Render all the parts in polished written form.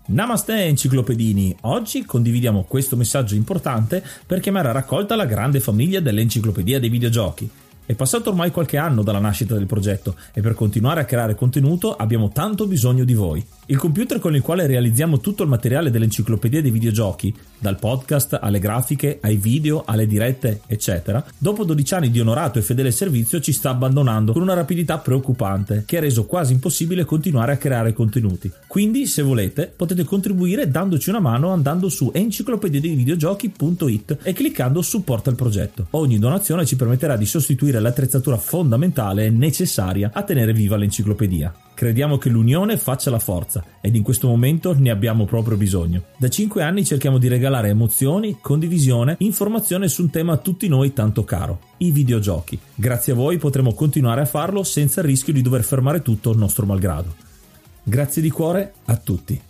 Namaste enciclopedini, oggi condividiamo questo messaggio importante per chiamare a raccolta la grande famiglia dell'Enciclopedia dei Videogiochi. È passato ormai qualche anno dalla nascita del progetto e per continuare a creare contenuto abbiamo tanto bisogno di voi. Il computer con il quale realizziamo tutto il materiale dell'Enciclopedia dei Videogiochi, dal podcast alle grafiche, ai video, alle dirette, eccetera, dopo 12 anni di onorato e fedele servizio ci sta abbandonando con una rapidità preoccupante che ha reso quasi impossibile continuare a creare contenuti. Quindi, se volete, potete contribuire dandoci una mano andando su enciclopediadeivideogiochi.it e cliccando supporta il progetto. Ogni donazione ci permetterà di sostituire l'attrezzatura fondamentale e necessaria a tenere viva l'enciclopedia. Crediamo che l'unione faccia la forza ed in questo momento ne abbiamo proprio bisogno. Da 5 anni cerchiamo di regalare emozioni, condivisione, informazione su un tema a tutti noi tanto caro, i videogiochi. Grazie a voi potremo continuare a farlo senza il rischio di dover fermare tutto nostro malgrado. Grazie di cuore a tutti.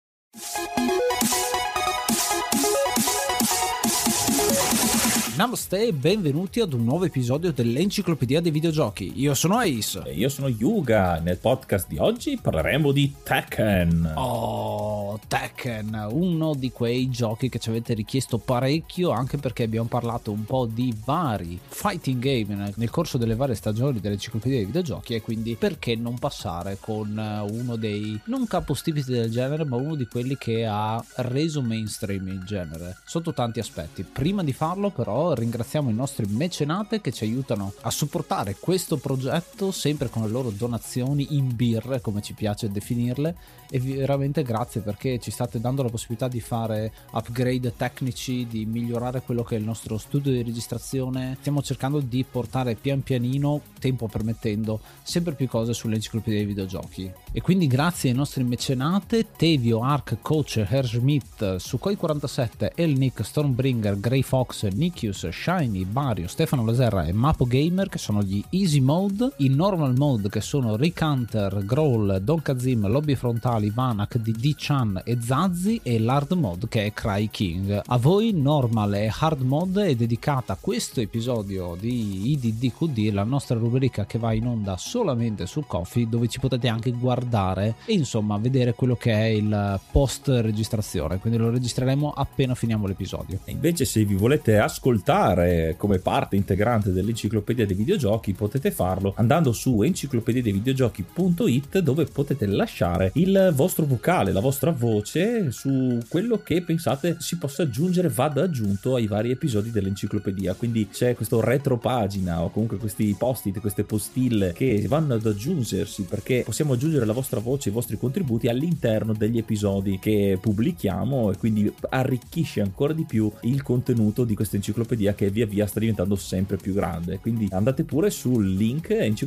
Namaste e benvenuti ad un nuovo episodio dell'Enciclopedia dei Videogiochi. Io sono Ace. E io sono Yuga. Nel podcast di oggi parleremo di Tekken. Oh, Tekken, uno di quei giochi che ci avete richiesto parecchio, anche perché abbiamo parlato un po' di vari fighting game nel corso delle varie stagioni dell'Enciclopedia dei Videogiochi, e quindi perché non passare con uno dei non capostipiti del genere, ma uno di quelli che ha reso mainstream il genere sotto tanti aspetti. Prima di farlo però ringraziamo i nostri mecenate che ci aiutano a supportare questo progetto, sempre con le loro donazioni in birre, come ci piace definirle, e veramente grazie perché ci state dando la possibilità di fare upgrade tecnici, di migliorare quello che è il nostro studio di registrazione. Stiamo cercando di portare pian pianino, tempo permettendo, sempre più cose sull'Enciclopedia dei Videogiochi. E quindi grazie ai nostri mecenate Tevio, Ark, Coach, Herschmidt, Sukhoi47, Elnick, Stormbringer, Grey Fox, Nikius, Shiny, Bario, Stefano Laserra e Mapo Gamer, che sono gli Easy Mode, i Normal Mode che sono Rick Hunter, Growl, Don Kazim, Lobby Frontali, Vanak, D-Chan e Zazzi, e l'Hard Mode che è Cry King. A voi Normal e Hard Mode è dedicata questo episodio di IDDQD, la nostra rubrica che va in onda solamente su Ko-fi, dove ci potete anche guardare e insomma vedere quello che è il post registrazione, quindi lo registreremo appena finiamo l'episodio. E invece, se vi volete ascoltare come parte integrante dell'Enciclopedia dei Videogiochi, potete farlo andando su enciclopediadeivideogiochi.it, dove potete lasciare il vostro vocale, la vostra voce su quello che pensate si possa aggiungere, vada aggiunto ai vari episodi dell'enciclopedia. Quindi c'è questo retropagina o comunque questi post-it, queste postille che vanno ad aggiungersi, perché possiamo aggiungere la vostra voce, i vostri contributi all'interno degli episodi che pubblichiamo, e quindi arricchisce ancora di più il contenuto di questa enciclopedia che via via sta diventando sempre più grande. Quindi andate pure sul link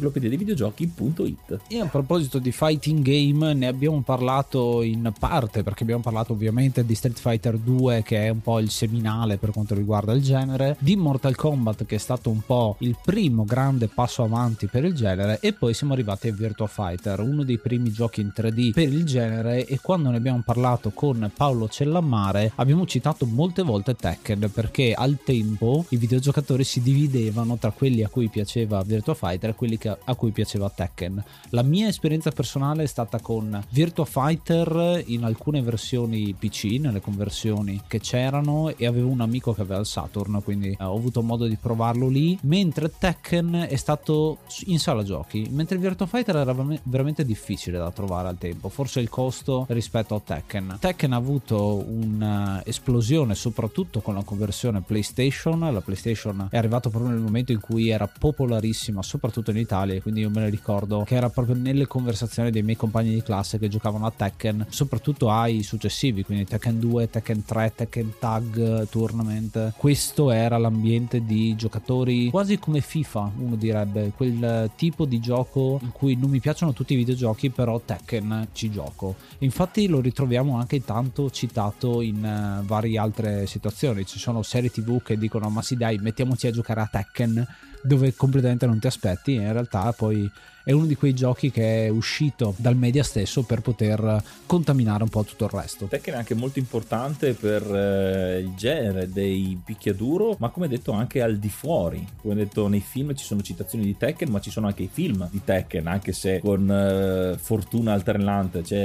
enciclopediadeivideogiochi.it. E a proposito di fighting game, ne abbiamo parlato in parte, perché abbiamo parlato ovviamente di Street Fighter 2, che è un po' il seminale per quanto riguarda il genere, di Mortal Kombat, che è stato un po' il primo grande passo avanti per il genere, e poi siamo arrivati a Virtua Fighter, uno dei primi giochi in 3D per il genere. E quando ne abbiamo parlato con Paolo Cellammare abbiamo citato molte volte Tekken, perché al tempo i videogiocatori si dividevano tra quelli a cui piaceva Virtua Fighter e quelli a cui piaceva Tekken. La mia esperienza personale è stata con Virtua Fighter in alcune versioni PC, nelle conversioni che c'erano, e avevo un amico che aveva il Saturn, quindi ho avuto modo di provarlo lì, mentre Tekken è stato in sala giochi, mentre Virtua Fighter era veramente difficile da trovare al tempo, forse il costo rispetto a Tekken. Tekken ha avuto un'esplosione soprattutto con la conversione PlayStation. La PlayStation è arrivata proprio nel momento in cui era popolarissima soprattutto in Italia, quindi io me ne ricordo che era proprio nelle conversazioni dei miei compagni di classe che giocavano a Tekken, soprattutto ai successivi, quindi Tekken 2, Tekken 3, Tekken Tag Tournament. Questo era l'ambiente di giocatori quasi come FIFA, uno direbbe, quel tipo di gioco in cui non mi piacciono tutti i videogiochi, però Tekken ci gioco. Infatti lo ritroviamo anche tanto citato in varie altre situazioni. Ci sono serie TV che dicono: ma sì dai, mettiamoci a giocare a Tekken, dove completamente non ti aspetti, e in realtà poi è uno di quei giochi che è uscito dal media stesso per poter contaminare un po' tutto il resto. Tekken è anche molto importante per il genere dei picchiaduro, ma come detto anche al di fuori. Come detto, nei film ci sono citazioni di Tekken, ma ci sono anche i film di Tekken, anche se con fortuna alternante. C'è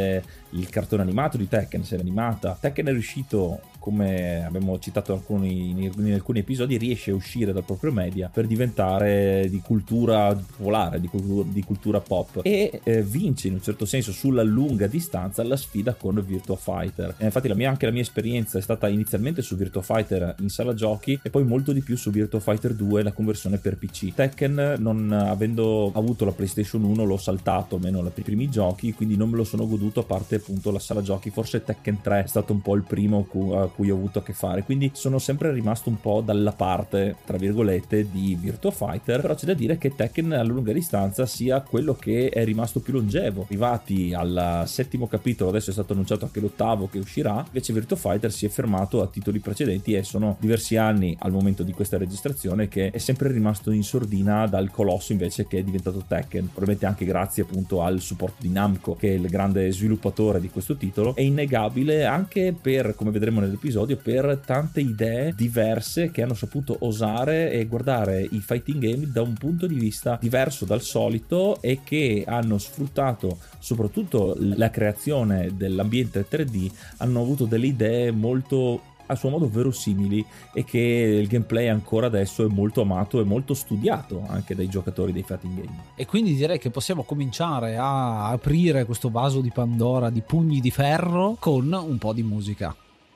il cartone animato di Tekken, serie animata. Tekken è riuscito, come abbiamo citato in alcuni episodi, riesce a uscire dal proprio media per diventare di cultura popolare, di cultura pop, e vince in un certo senso sulla lunga distanza la sfida con Virtua Fighter. Infatti anche la mia esperienza è stata inizialmente su Virtua Fighter in sala giochi e poi molto di più su Virtua Fighter 2, la conversione per PC. Tekken, non avendo avuto la PlayStation 1, l'ho saltato, almeno i primi giochi, quindi non me lo sono goduto, a parte appunto la sala giochi. Forse Tekken 3 è stato un po' il primo a cui ho avuto a che fare, quindi sono sempre rimasto un po' dalla parte, tra virgolette, di Virtua Fighter. Però c'è da dire che Tekken alla lunga distanza sia quello che è rimasto più longevo. Arrivati al 7° capitolo, adesso è stato annunciato anche l'8° che uscirà, invece Virtua Fighter si è fermato a titoli precedenti e sono diversi anni al momento di questa registrazione che è sempre rimasto in sordina dal colosso invece che è diventato Tekken, probabilmente anche grazie appunto al supporto di Namco, che è il grande sviluppatore di questo titolo. È innegabile anche per, come vedremo nell'episodio, per tante idee diverse che hanno saputo osare e guardare i fighting game da un punto di vista diverso dal solito, e che hanno sfruttato soprattutto la creazione dell'ambiente 3D, hanno avuto delle idee molto a suo modo verosimili, e che il gameplay ancora adesso è molto amato e molto studiato anche dai giocatori dei fighting game. E quindi direi che possiamo cominciare a aprire questo vaso di Pandora di pugni di ferro con un po' di musica.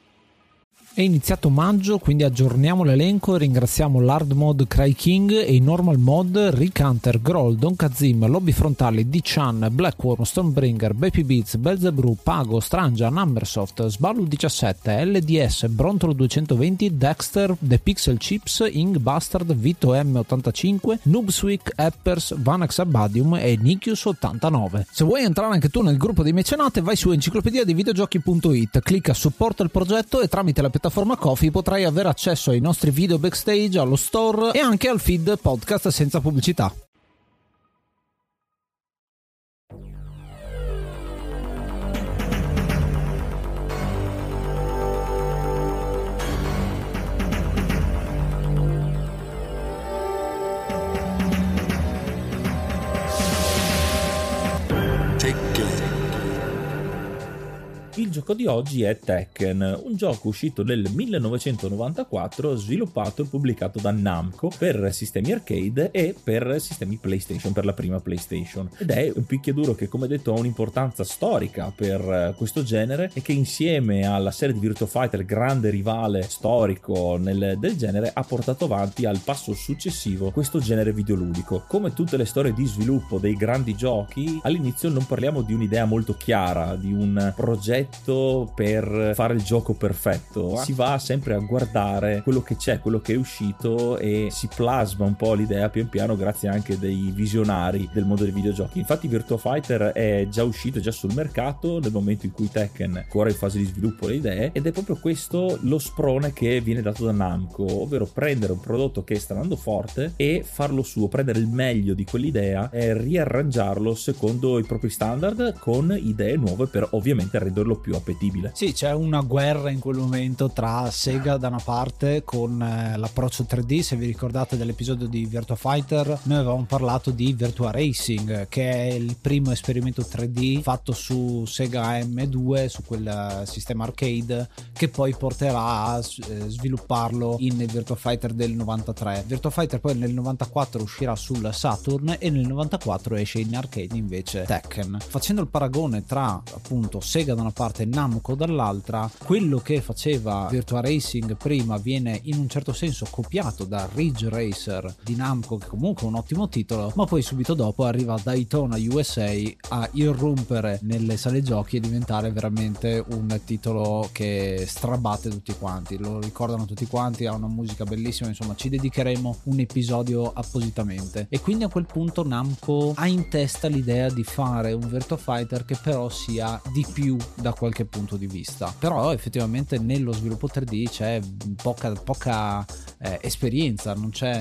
È iniziato maggio, quindi aggiorniamo l'elenco e ringraziamo l'hard mod Cry King e i normal mod Rick Hunter, Groll, Don Kazim, Lobby Frontali, D-Chan, Blackworm, Stormbringer, Baby Beats, Belzebrew, Pago, Strangia, Numbersoft, Sballu 17, LDS, Brontolo 220, Dexter, The Pixel Chips, Ing Bastard, Vito M85, Noobswick, Eppers, Vanax Abadium e Nikius 89. Se vuoi entrare anche tu nel gruppo dei mecenate, vai su enciclopedia dei videogiochi.it, clicca supporta il progetto e tramite la piattaforma Ko-fi potrai avere accesso ai nostri video backstage, allo store e anche al feed podcast senza pubblicità. Il gioco di oggi è Tekken, un gioco uscito nel 1994, sviluppato e pubblicato da Namco per sistemi arcade e per sistemi PlayStation, per la prima PlayStation. Ed è un picchiaduro che, come detto, ha un'importanza storica per questo genere, e che insieme alla serie di Virtua Fighter, grande rivale storico del genere, ha portato avanti al passo successivo questo genere videoludico. Come tutte le storie di sviluppo dei grandi giochi, all'inizio non parliamo di un'idea molto chiara, di un progetto per fare il gioco perfetto. Si va sempre a guardare quello che c'è, quello che è uscito, e si plasma un po' l'idea pian piano grazie anche dei visionari del mondo dei videogiochi. Infatti Virtua Fighter è già uscito, è già sul mercato nel momento in cui Tekken è ancora in fase di sviluppo le idee, ed è proprio questo lo sprone che viene dato da Namco, ovvero prendere un prodotto che sta andando forte e farlo suo, prendere il meglio di quell'idea e riarrangiarlo secondo i propri standard, con idee nuove per ovviamente renderlo più appetibile. Sì, c'è una guerra in quel momento tra Sega da una parte con l'approccio 3D. Se vi ricordate dell'episodio di Virtua Fighter, noi avevamo parlato di Virtua Racing, che è il primo esperimento 3D fatto su Sega AM2, su quel sistema arcade, che poi porterà a svilupparlo in Virtua Fighter del 93. Virtua Fighter poi nel 94 uscirà sul Saturn e nel 94 esce in arcade invece Tekken. Facendo il paragone tra appunto Sega da una parte e Namco dall'altra, quello che faceva Virtua Racing prima viene in un certo senso copiato da Ridge Racer di Namco, che comunque è un ottimo titolo, ma poi subito dopo arriva Daytona USA a irrompere nelle sale giochi e diventare veramente un titolo che strabatte tutti quanti, lo ricordano tutti quanti, ha una musica bellissima, insomma ci dedicheremo un episodio appositamente. E quindi a quel punto Namco ha in testa l'idea di fare un Virtua Fighter che però sia di più da qualche punto di vista. Però effettivamente nello sviluppo 3D c'è poca esperienza, non c'è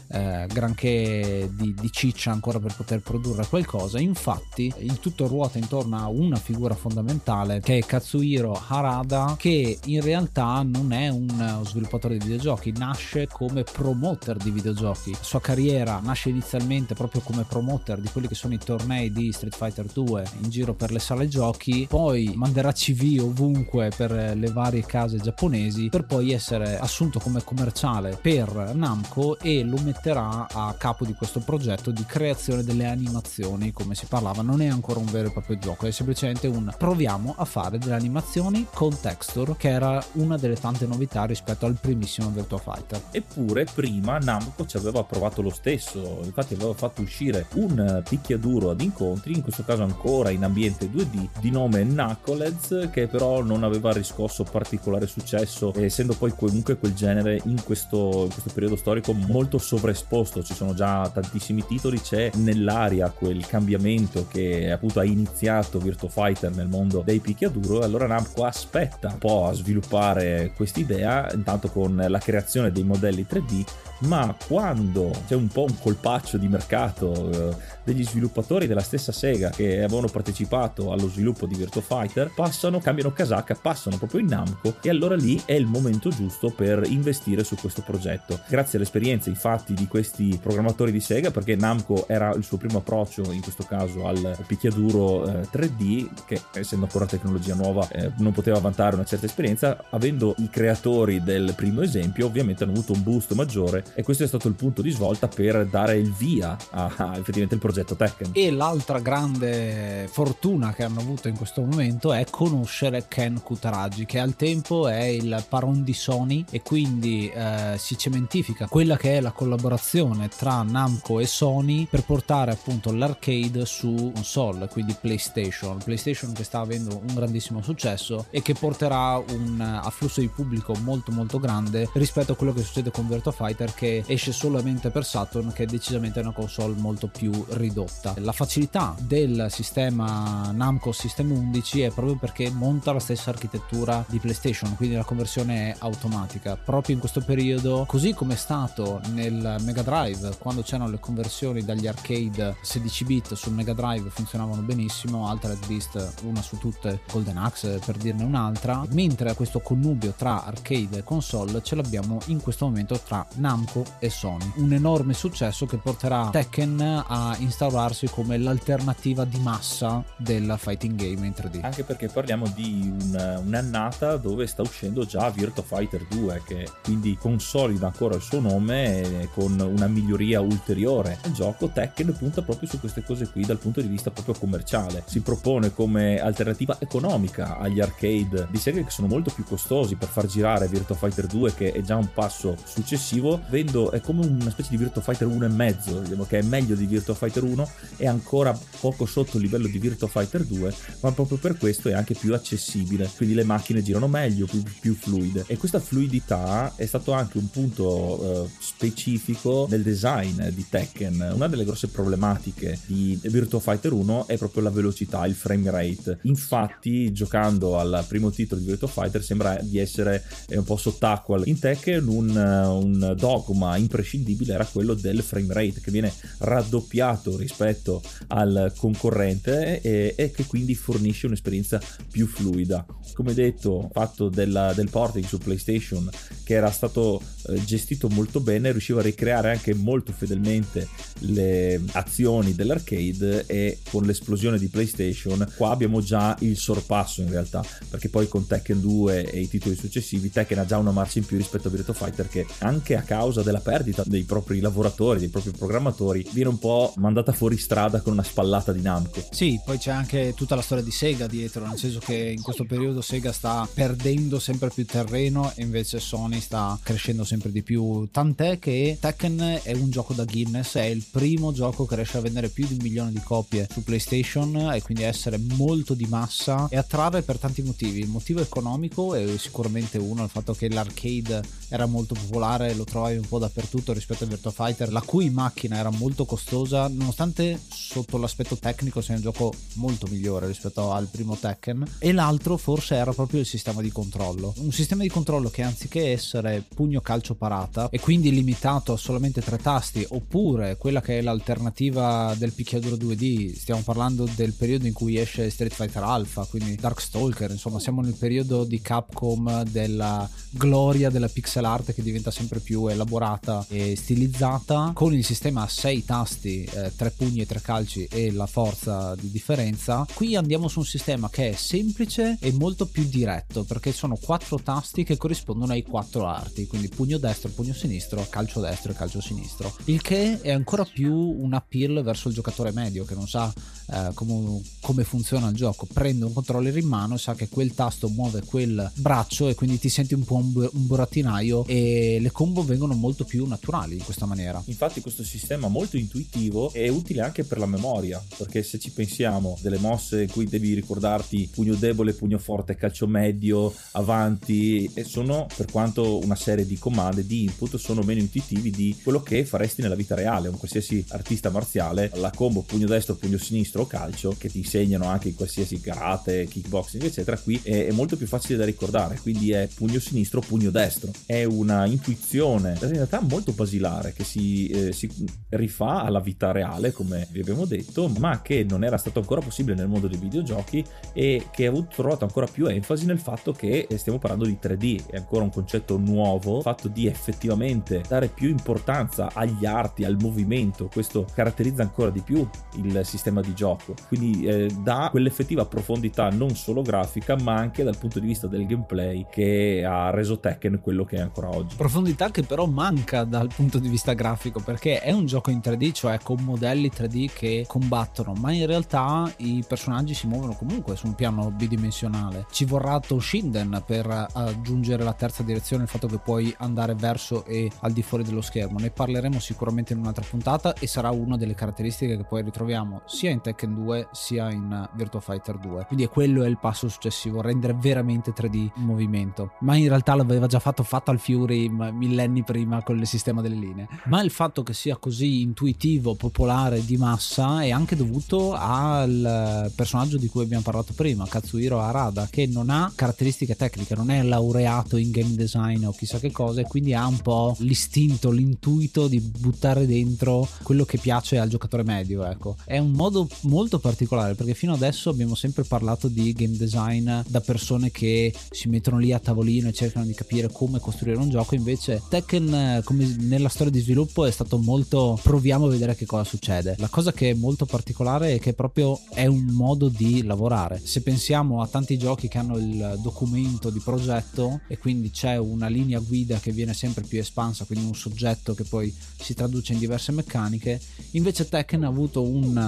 granché di ciccia ancora per poter produrre qualcosa. Infatti il tutto ruota intorno a una figura fondamentale che è Katsuhiro Harada, che in realtà non è un sviluppatore di videogiochi, nasce come promoter di videogiochi. La sua carriera nasce inizialmente proprio come promoter di quelli che sono i tornei di Street Fighter 2 in giro per le sale giochi, poi manderà CV ovunque per le varie case giapponesi, per poi essere assunto come commerciale per Namco e lo metterà a capo di questo progetto di creazione delle animazioni. Come si parlava, non è ancora un vero e proprio gioco, è semplicemente un proviamo a fare delle animazioni con texture, che era una delle tante novità rispetto al primissimo Virtua Fighter. Eppure prima Namco ci aveva provato lo stesso, infatti aveva fatto uscire un picchiaduro ad incontri, in questo caso ancora in ambiente 2D, di nome Knuckleheads, che però non aveva riscosso particolare successo, essendo poi comunque quel genere in questo periodo storico molto sovraesposto. Ci sono già tantissimi titoli, c'è nell'aria quel cambiamento che appunto ha iniziato Virtua Fighter nel mondo dei picchiaduro, e allora Namco aspetta un po' a sviluppare quest'idea, intanto con la creazione dei modelli 3D, ma quando c'è un po' un colpaccio di mercato degli sviluppatori della stessa Sega che avevano partecipato allo sviluppo di Virtua Fighter cambiano casacca, passano proprio in Namco, e allora lì è il momento giusto per investire su questo progetto. Grazie all'esperienza infatti di questi programmatori di Sega, perché Namco era il suo primo approccio in questo caso al picchiaduro 3D, che essendo ancora tecnologia nuova non poteva vantare una certa esperienza, avendo i creatori del primo esempio ovviamente hanno avuto un boost maggiore, e questo è stato il punto di svolta per dare il via a effettivamente il progetto Tekken. E l'altra grande fortuna che hanno avuto in questo momento è conoscere Ken Kutaragi, che al tempo è il paron di Sony, e quindi si cementifica quella che è la collaborazione tra Namco e Sony per portare appunto l'arcade su console, quindi PlayStation che sta avendo un grandissimo successo e che porterà un afflusso di pubblico molto molto grande rispetto a quello che succede con Virtua Fighter, che esce solamente per Saturn, che è decisamente una console molto più ridotta. La facilità del sistema Namco System 11 è proprio perché monta la stessa architettura di PlayStation, quindi la conversione è automatica. Proprio in questo periodo, così come è stato nel Mega Drive, quando c'erano le conversioni dagli arcade 16 bit sul Mega Drive funzionavano benissimo, Altered Beast una su tutte, Golden Axe per dirne un'altra, mentre questo connubio tra arcade e console ce l'abbiamo in questo momento tra Namco e Sony. Un enorme successo che porterà Tekken a instaurarsi come l'alternativa di massa della fighting game in 3D. Anche perché parliamo di un'annata dove sta uscendo già Virtua Fighter 2, che quindi consolida ancora il suo nome con una miglioria ulteriore. Il gioco Tekken punta proprio su queste cose qui dal punto di vista proprio commerciale, si propone come alternativa economica agli arcade di Sega, che sono molto più costosi per far girare Virtua Fighter 2, che è già un passo successivo. È come una specie di Virtua Fighter 1,5, diciamo, che è meglio di Virtua Fighter 1, è ancora poco sotto il livello di Virtua Fighter 2, ma proprio per questo è anche più accessibile, quindi le macchine girano meglio, più fluide, e questa fluidità è stato anche un punto specifico nel design di Tekken. Una delle grosse problematiche di Virtua Fighter 1 è proprio la velocità, il frame rate. Infatti giocando al primo titolo di Virtua Fighter sembra di essere un po' sott'acqua. In Tekken un dogma imprescindibile era quello del frame rate, che viene raddoppiato rispetto al concorrente e che quindi fornisce un'esperienza più fluida. Come detto, fatto del porting su PlayStation, che era stato gestito molto bene, riusciva a ricreare anche molto fedelmente le azioni dell'arcade, e con l'esplosione di PlayStation qua abbiamo già il sorpasso in realtà, perché poi con Tekken 2 e i titoli successivi Tekken ha già una marcia in più rispetto a Virtua Fighter, che anche a causa della perdita dei propri lavoratori, dei propri programmatori, viene un po' mandata fuori strada con una spallata di Namco. Sì, poi c'è anche tutta la storia di Sega dietro, nel senso che in questo periodo Sega sta perdendo sempre più terreno e invece Sony sta crescendo sempre di più, tant'è che Tekken è un gioco da Guinness, è il primo gioco che riesce a vendere più di 1 milione di copie su PlayStation e quindi essere molto di massa e attrarre per tanti motivi. Il motivo economico è sicuramente uno, il fatto che l'arcade era molto popolare, lo trovavi un po' dappertutto rispetto a Virtua Fighter, la cui macchina era molto costosa, nonostante sotto l'aspetto tecnico sia un gioco molto migliore rispetto al primo Tekken. E l'altro forse era proprio il sistema di controllo, un sistema di controllo che anziché essere pugno calcio parata e quindi limitato solamente 3 tasti, oppure quella che è l'alternativa del picchiaduro 2D, stiamo parlando del periodo in cui esce Street Fighter Alpha, quindi Darkstalker, insomma siamo nel periodo di Capcom della gloria della pixel art che diventa sempre più elaborata e stilizzata, con il sistema a 6 tasti, 3 pugni e 3 calci e la forza di differenza. Qui andiamo su un sistema che è semplice e molto più diretto, perché sono 4 tasti che corrispondono ai 4 arti, quindi pugno destro, pugno sinistro, calcio destro e calcio sinistro, il che è ancora più un appeal verso il giocatore medio che non sa come funziona il gioco. Prende un controller in mano, sa che quel tasto muove quel braccio e quindi ti senti un po' un burattinaio, e le combo vengono molto più naturali in questa maniera. Infatti questo sistema molto intuitivo è utile anche per la memoria, perché se ci pensiamo, delle mosse in cui devi ricordarti pugno debole, pugno forte, calcio medio, avanti, e sono, per quanto una serie di comandi, di input, sono meno intuitivi di quello che faresti nella vita reale. Un qualsiasi artista marziale, la combo pugno destro, pugno sinistro o calcio, che ti insegnano anche in qualsiasi karate, kickboxing eccetera, qui è molto più facile da ricordare, quindi è pugno sinistro, pugno destro. È una intuizione in realtà molto basilare che si rifà alla vita reale, come vi abbiamo detto, ma che non era stato ancora possibile nel mondo dei videogiochi, e che ha trovato ancora più enfasi nel fatto che stiamo parlando di 3D. È ancora un concetto nuovo, fatto di effettivamente dare più importanza agli arti, al movimento. Questo caratterizza ancora di più il sistema di gioco, quindi dà quell'effettiva profondità non solo grafica ma anche dal punto di vista del gameplay che ha reso Tekken quello che è ancora oggi. Profondità che però manca dal punto di vista grafico, perché è un gioco in 3D, cioè con modelli 3D che combattono, ma in realtà i personaggi si muovono comunque su un piano bidimensionale. Ci vorrà Toshinden per aggiungere la terza direzione, il fatto che puoi andare verso e al di fuori dello schermo. Ne parleremo sicuramente in un'altra puntata e sarà una delle caratteristiche che poi ritroviamo sia in Tekken 2 sia in Virtua Fighter 2. Quindi quello è il passo successivo, rendere veramente 3D il movimento, ma in realtà l'aveva già fatto Fatal Fury millenni prima con il sistema delle linee. Ma il fatto che sia così intuitivo, popolare, di massa è anche dovuto al personaggio di cui abbiamo parlato prima, Katsuhiro Harada, che non ha caratteristiche tecniche, non è laureato in game design o chissà che cosa, e quindi ha un po' l'istinto, l'intuito di buttare dentro quello che piace al giocatore medio. Ecco, è un modo molto particolare, perché fino adesso abbiamo sempre parlato di game design da persone che si mettono lì a tavolino e cercano di capire come costruire un gioco. Invece Tekken, come nella storia di sviluppo, è stato molto proviamo a vedere che cosa succede. La cosa che è molto particolare è che proprio è un modo di lavorare. Se pensiamo a tanti giochi che hanno il documento di progetto e quindi c'è una linea guida che viene sempre più espansa, quindi un soggetto che poi si traduce in diverse meccaniche, invece Tekken ha avuto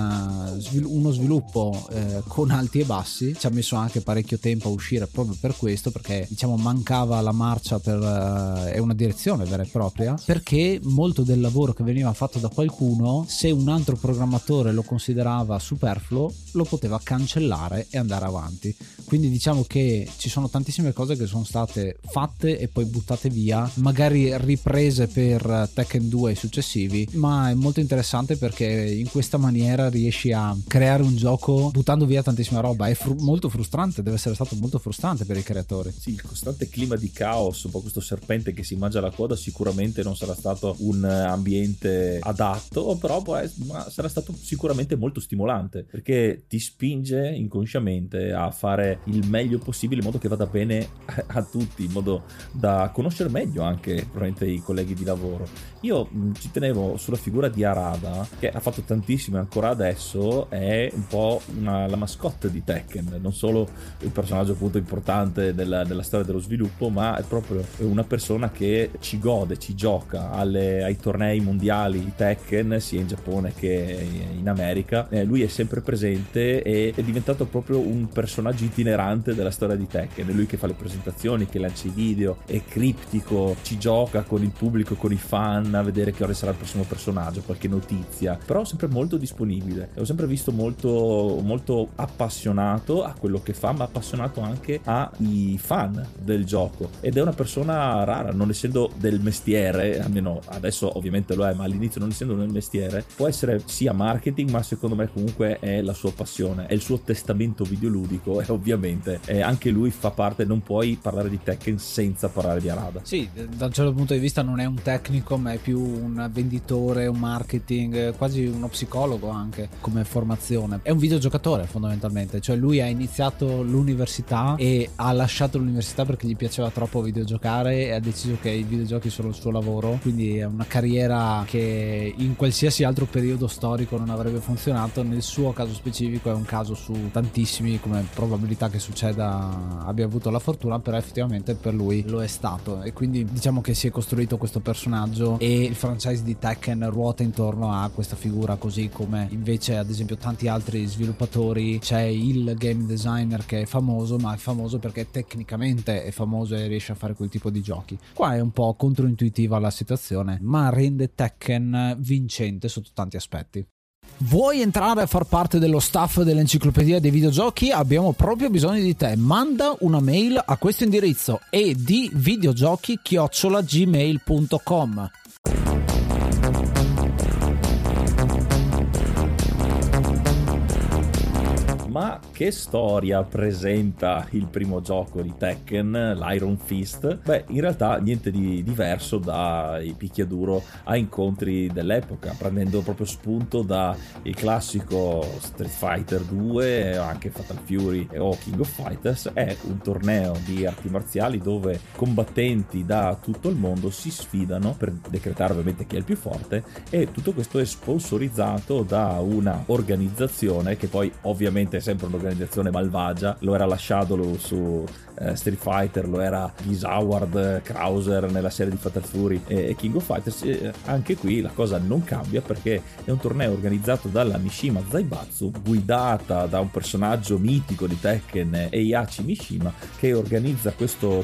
uno sviluppo con alti e bassi. Ci ha messo anche parecchio tempo a uscire proprio per questo, perché diciamo mancava la marcia e una direzione vera e propria, perché molto del lavoro che veniva fatto da qualcuno, se un altro programmatore lo considerava superfluo, lo poteva cancellare e andare avanti. Quindi diciamo che ci sono tantissime cose che sono state fatte e poi buttate via, magari riprese per Tekken 2 e successivi, ma è molto interessante perché in questa maniera riesci a creare un gioco buttando via tantissima roba. È molto frustrante, deve essere stato molto frustrante per i creatori. Sì, il costante clima di caos, un po' questo serpente che si mangia la coda, sicuramente non sarà stato un ambiente adatto, però sarà stato sicuramente molto stimolante, perché ti spinge inconsciamente a fare il meglio possibile in modo che vada bene a tutti, in modo da conoscere meglio anche probabilmente i colleghi di lavoro. Io ci tenevo sulla figura di Harada, che ha fatto tantissimo e ancora adesso è un po' la mascotte di Tekken, non solo il personaggio appunto importante della storia dello sviluppo, ma è proprio una persona che ci gode, ci gioca ai tornei mondiali di Tekken sia in Giappone che in America. Lui è sempre presente e è diventato proprio un personaggio itinerante della storia di Tekken. È lui che fa le presentazioni, che lancia i video, è criptico, ci gioca con il pubblico, con i fan, a vedere che ora sarà il prossimo personaggio, qualche notizia, però sempre molto disponibile. L'ho sempre visto molto, molto appassionato a quello che fa, ma appassionato anche ai fan del gioco, ed è una persona rara, non essendo del mestiere, almeno adesso ovviamente lo è, ma all'inizio non essendo del mestiere, può essere sia marketing, ma secondo me comunque è la sua passione, è il suo testamento videoludico, e ovviamente anche lui fa parte. Non puoi parlare di Tekken senza parlare di Harada. Sì, da un certo punto di vista non è un tecnico Famicom è più un venditore, un marketing, quasi uno psicologo anche come formazione. È un videogiocatore fondamentalmente, cioè lui ha iniziato l'università e ha lasciato l'università perché gli piaceva troppo videogiocare e ha deciso che i videogiochi sono il suo lavoro, quindi è una carriera che in qualsiasi altro periodo storico non avrebbe funzionato. Nel suo caso specifico è un caso su tantissimi, come probabilità che succeda abbia avuto la fortuna, però effettivamente per lui lo è stato, e quindi diciamo che si è costruito questo personaggio e il franchise di Tekken ruota intorno a questa figura, così come invece ad esempio tanti altri sviluppatori c'è il game designer che è famoso, ma è famoso perché tecnicamente è famoso e riesce a fare quel tipo di giochi. Qua è un po' controintuitiva la situazione, ma rende Tekken vincente sotto tanti aspetti. Vuoi entrare a far parte dello staff dell'Enciclopedia dei Videogiochi? Abbiamo proprio bisogno di te. Manda una mail a questo indirizzo edvideogiochi@gmail.com. Ma che storia presenta il primo gioco di Tekken, l'Iron Fist? Beh, in realtà niente di diverso dai picchiaduro a incontri dell'epoca, prendendo proprio spunto da il classico Street Fighter 2, anche Fatal Fury o King of Fighters. È un torneo di arti marziali dove combattenti da tutto il mondo si sfidano per decretare ovviamente chi è il più forte, e tutto questo è sponsorizzato da una organizzazione che poi ovviamente è sempre un'organizzazione malvagia. Lo era la Shadow su Street Fighter, lo era Geese Howard, Krauser nella serie di Fatal Fury e King of Fighters. Anche qui la cosa non cambia, perché è un torneo organizzato dalla Mishima Zaibatsu, guidata da un personaggio mitico di Tekken, Heihachi Mishima, che organizza questo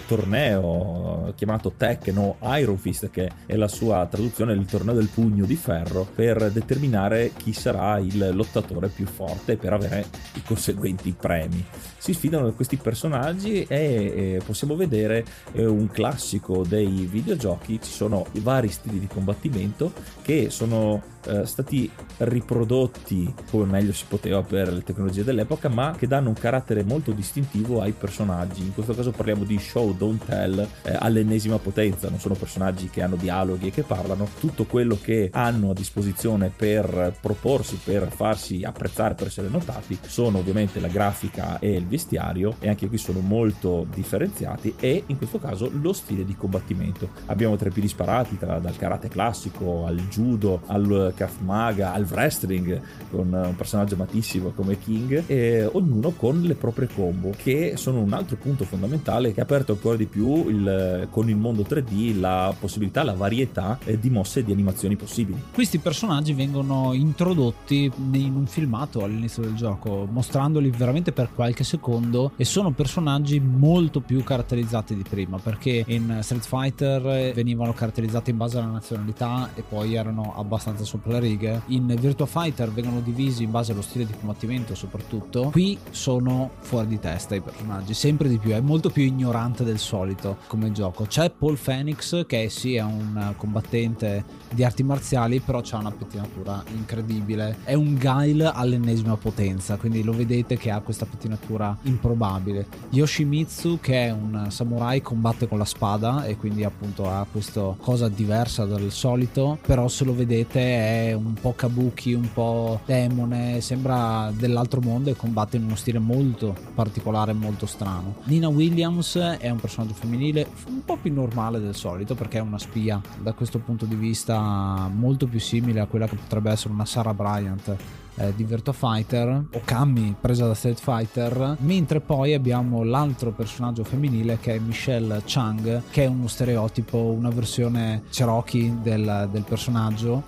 torneo chiamato Tekken o Iron Fist, che è la sua traduzione, il torneo del pugno di ferro, per determinare chi sarà il lottatore più forte per avere i conseguenti premi. Si sfidano questi personaggi e possiamo vedere un classico dei videogiochi. Ci sono i vari stili di combattimento che sono stati riprodotti come meglio si poteva per le tecnologie dell'epoca, ma che danno un carattere molto distintivo ai personaggi. In questo caso parliamo di show don't tell all'ennesima potenza. Non sono personaggi che hanno dialoghi e che parlano. Tutto quello che hanno a disposizione per proporsi, per farsi apprezzare, per essere notati, sono ovviamente la grafica e il vestiario, e anche qui sono molto differenziati, e in questo caso lo stile di combattimento. Abbiamo tre piedi sparati, dal karate classico al judo al Krav Maga al wrestling, con un personaggio amatissimo come King, e ognuno con le proprie combo, che sono un altro punto fondamentale che ha aperto ancora di più con il mondo 3D la possibilità, la varietà di mosse e di animazioni possibili. Questi personaggi vengono introdotti in un filmato all'inizio del gioco, mostrandoli veramente per qualche secondo, e sono personaggi molto più caratterizzati di prima, perché in Street Fighter venivano caratterizzati in base alla nazionalità e poi erano abbastanza sopra le righe. In Virtua Fighter vengono divisi in base allo stile di combattimento, soprattutto. Qui sono fuori di testa i personaggi, sempre di più, è molto più ignorante del solito come gioco. C'è Paul Phoenix, che sì è un combattente di arti marziali, però c'ha una pettinatura incredibile, è un Guile all'ennesima potenza, quindi lo vedete che ha questa pettinatura improbabile. Yoshimitsu, che è un samurai, combatte con la spada e quindi appunto ha questa cosa diversa dal solito, però se lo vedete è un po' kabuki, un po' demone, sembra dell'altro mondo, e combatte in uno stile molto particolare, molto strano. Nina Williams è un personaggio femminile un po' più normale del solito, perché è una spia, da questo punto di vista molto più simile a quella che potrebbe essere una Sarah Bryant di Virtua Fighter, o Cammy presa da Street Fighter. Mentre poi abbiamo l'altro personaggio femminile, che è Michelle Chang, che è uno stereotipo, una versione Cherokee del personaggio,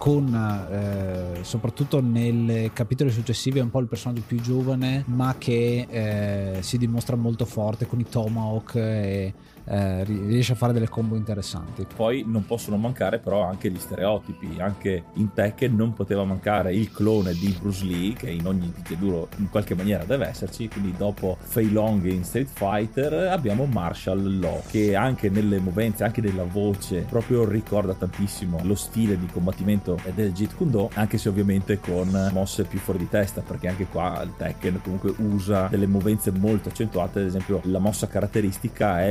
con soprattutto nei capitoli successivi è un po' il personaggio più giovane, ma che si dimostra molto forte con i tomahawk e riesce a fare delle combo interessanti. Poi non possono mancare però anche gli stereotipi. Anche in Tekken non poteva mancare il clone di Bruce Lee, che in ogni picchiaduro in qualche maniera deve esserci. Quindi dopo Fei Long in Street Fighter abbiamo Martial Law, che anche nelle movenze, anche nella voce, proprio ricorda tantissimo lo stile di combattimento del Jeet Kune Do, anche se ovviamente con mosse più fuori di testa, perché anche qua il Tekken comunque usa delle movenze molto accentuate. Ad esempio la mossa caratteristica è un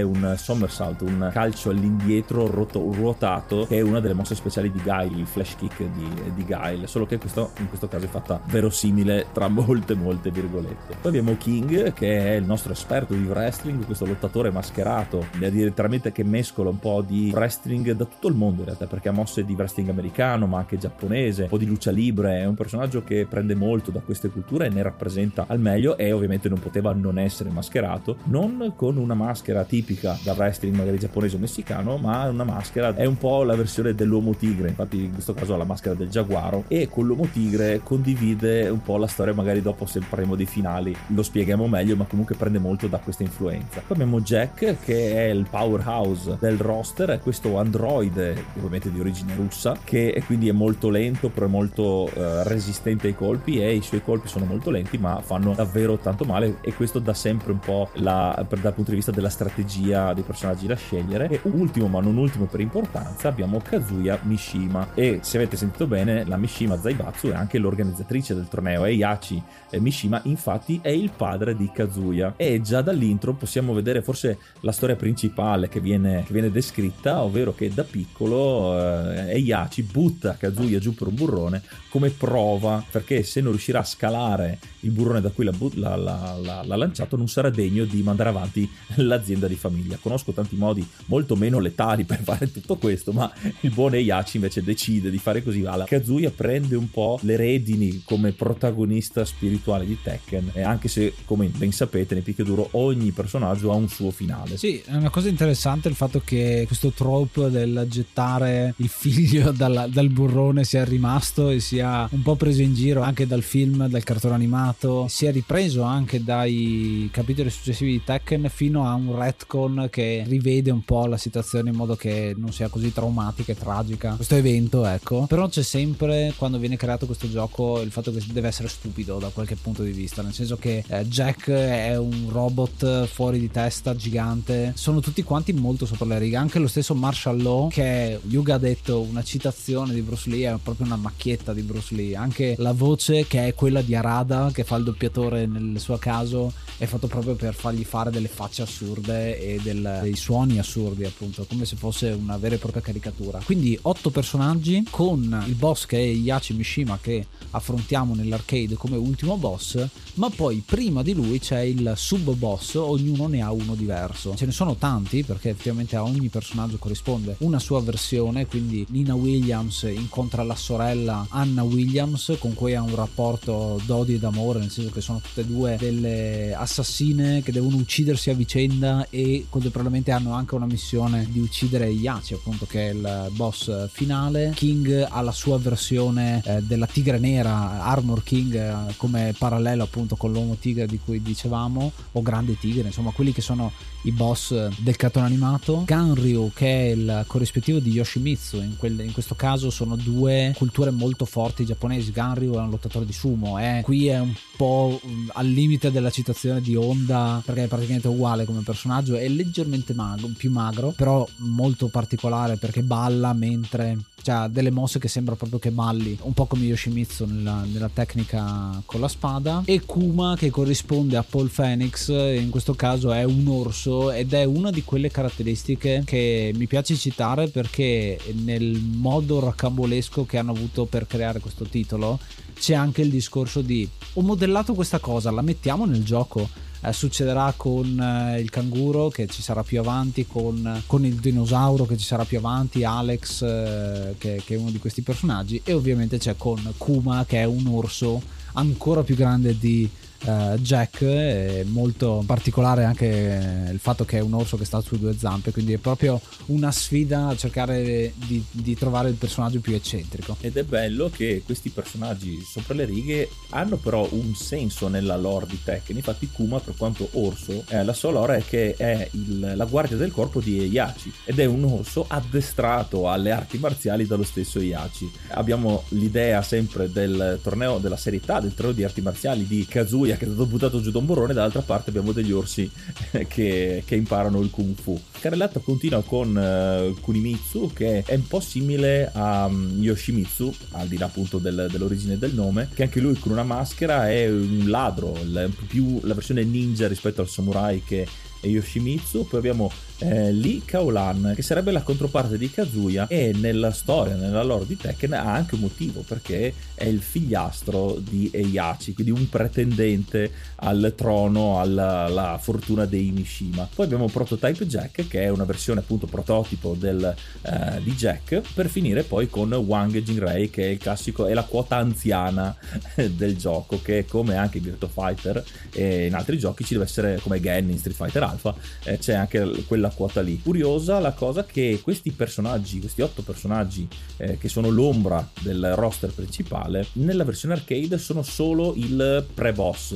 somersault, un calcio all'indietro ruotato, che è una delle mosse speciali di Guile, il flash kick di Guile, solo che in questo caso è fatta verosimile tra molte virgolette. Poi abbiamo King, che è il nostro esperto di wrestling, questo lottatore mascherato direttamente, che mescola un po' di wrestling da tutto il mondo in realtà, perché ha mosse di wrestling americano ma anche giapponese, un po' di lucha libre. È un personaggio che prende molto da queste culture e ne rappresenta al meglio, e ovviamente non poteva non essere mascherato, non con una maschera tipica da wrestling magari giapponese o messicano, ma una maschera, è un po' la versione dell'uomo tigre, infatti in questo caso ha la maschera del giaguaro, e con l'uomo tigre condivide un po' la storia. Magari dopo, se parliamo dei finali, lo spieghiamo meglio, ma comunque prende molto da questa influenza. Poi abbiamo Jack, che è il powerhouse del roster, è questo androide ovviamente di origine russa, che quindi è molto lento però è molto resistente ai colpi, e i suoi colpi sono molto lenti ma fanno davvero tanto male, e questo dà sempre un po' dal punto di vista della strategia dei personaggi da scegliere. E ultimo ma non ultimo per importanza abbiamo Kazuya Mishima, e se avete sentito bene, la Mishima Zaibatsu è anche l'organizzatrice del torneo. Heihachi Mishima infatti è il padre di Kazuya, e già dall'intro possiamo vedere forse la storia principale che viene descritta, ovvero che da piccolo Heihachi butta Kazuya giù per un burrone come prova, perché se non riuscirà a scalare il burrone da cui l'ha lanciato non sarà degno di mandare avanti l'azienda di famiglia. Conosco tanti modi molto meno letali per fare tutto questo, ma il buon Heihachi invece decide di fare così. Kazuya prende un po' le redini come protagonista spirituale di Tekken, e anche se, come ben sapete, nel picchiaduro ogni personaggio ha un suo finale. Sì, è una cosa interessante il fatto che questo trope del gettare il figlio dal burrone sia rimasto e sia un po' preso in giro anche dal film, dal cartone animato, sia ripreso anche dai capitoli successivi di Tekken, fino a un retcon che rivede un po' la situazione in modo che non sia così traumatica e tragica questo evento, ecco. Però c'è sempre, quando viene creato questo gioco, il fatto che deve essere stupido da qualche punto di vista, nel senso che Jack è un robot fuori di testa, gigante, sono tutti quanti molto sopra le righe. Anche lo stesso Martial Law, che Yuga ha detto una citazione di Bruce Lee, è proprio una macchietta di Bruce Lee. Anche la voce, che è quella di Arada, che fa il doppiatore nel suo caso, è fatto proprio per fargli fare delle facce assurde e dei suoni assurdi, appunto, come se fosse una vera e propria caricatura. Quindi 8 personaggi, con il boss che è Heihachi Mishima, che affrontiamo nell'arcade come ultimo boss, ma poi prima di lui c'è il sub boss, ognuno ne ha uno diverso. Ce ne sono tanti, perché effettivamente a ogni personaggio corrisponde una sua versione, quindi Nina Williams incontra la sorella Anna Williams, con cui ha un rapporto d'odio e d'amore, nel senso che sono tutte e due delle assassine che devono uccidersi a vicenda, e contemporaneamente hanno anche una missione di uccidere Heihachi, appunto, che è il boss finale. King ha la sua versione della tigre nera, Armor King, come parallelo appunto con l'uomo tigre di cui dicevamo, o grande tigre, insomma quelli che sono i boss del cartone animato. Ganryu, che è il corrispettivo di Yoshimitsu, in questo caso sono due culture molto forti giapponesi. Ganryu è un lottatore di sumo, qui è un po' al limite della citazione di Honda, perché è praticamente uguale come personaggio, è leggermente più magro, però molto particolare, perché balla mentre ha delle mosse che sembra proprio che balli, un po' come Yoshimitsu nella tecnica con la spada. E Kuma, che corrisponde a Paul Phoenix, in questo caso è un orso, ed è una di quelle caratteristiche che mi piace citare, perché nel modo rocambolesco che hanno avuto per creare questo titolo c'è anche il discorso di: ho modellato questa cosa, la mettiamo nel gioco. Succederà con il canguro, che ci sarà più avanti, con il dinosauro, che ci sarà più avanti, Alex, che è uno di questi personaggi, e ovviamente c'è con Kuma, che è un orso ancora più grande di Jack. È molto particolare anche il fatto che è un orso che sta su due zampe, quindi è proprio una sfida a cercare di trovare il personaggio più eccentrico. Ed è bello che questi personaggi sopra le righe hanno però un senso nella lore di Tekken. Infatti Kuma, per quanto orso, la sua lore è che è la guardia del corpo di Heihachi, ed è un orso addestrato alle arti marziali dallo stesso Heihachi. Abbiamo l'idea sempre del torneo della serietà, del torneo di arti marziali di Kazuya, che è stato buttato giù da un burrone, dall'altra parte abbiamo degli orsi che imparano il kung fu. Il carrellato continua con Kunimitsu, che è un po' simile a Yoshimitsu, al di là appunto dell'origine del nome, che anche lui con una maschera è un ladro, più la versione ninja rispetto al samurai che è Yoshimitsu. Poi abbiamo Lee Kao-lan, che sarebbe la controparte di Kazuya, e nella storia, nella lore di Tekken ha anche un motivo, perché è il figliastro di Heihachi, quindi un pretendente al trono, alla fortuna dei Mishima. Poi abbiamo Prototype Jack, che è una versione appunto prototipo di Jack, per finire poi con Wang Jinrei, che è il classico, è la quota anziana del gioco, che come anche in Virtua Fighter e in altri giochi ci deve essere, come Gen in Street Fighter Alpha, c'è anche quella quota lì. Curiosa la cosa che questi personaggi, questi 8 personaggi che sono l'ombra del roster principale, nella versione arcade sono solo il pre-boss,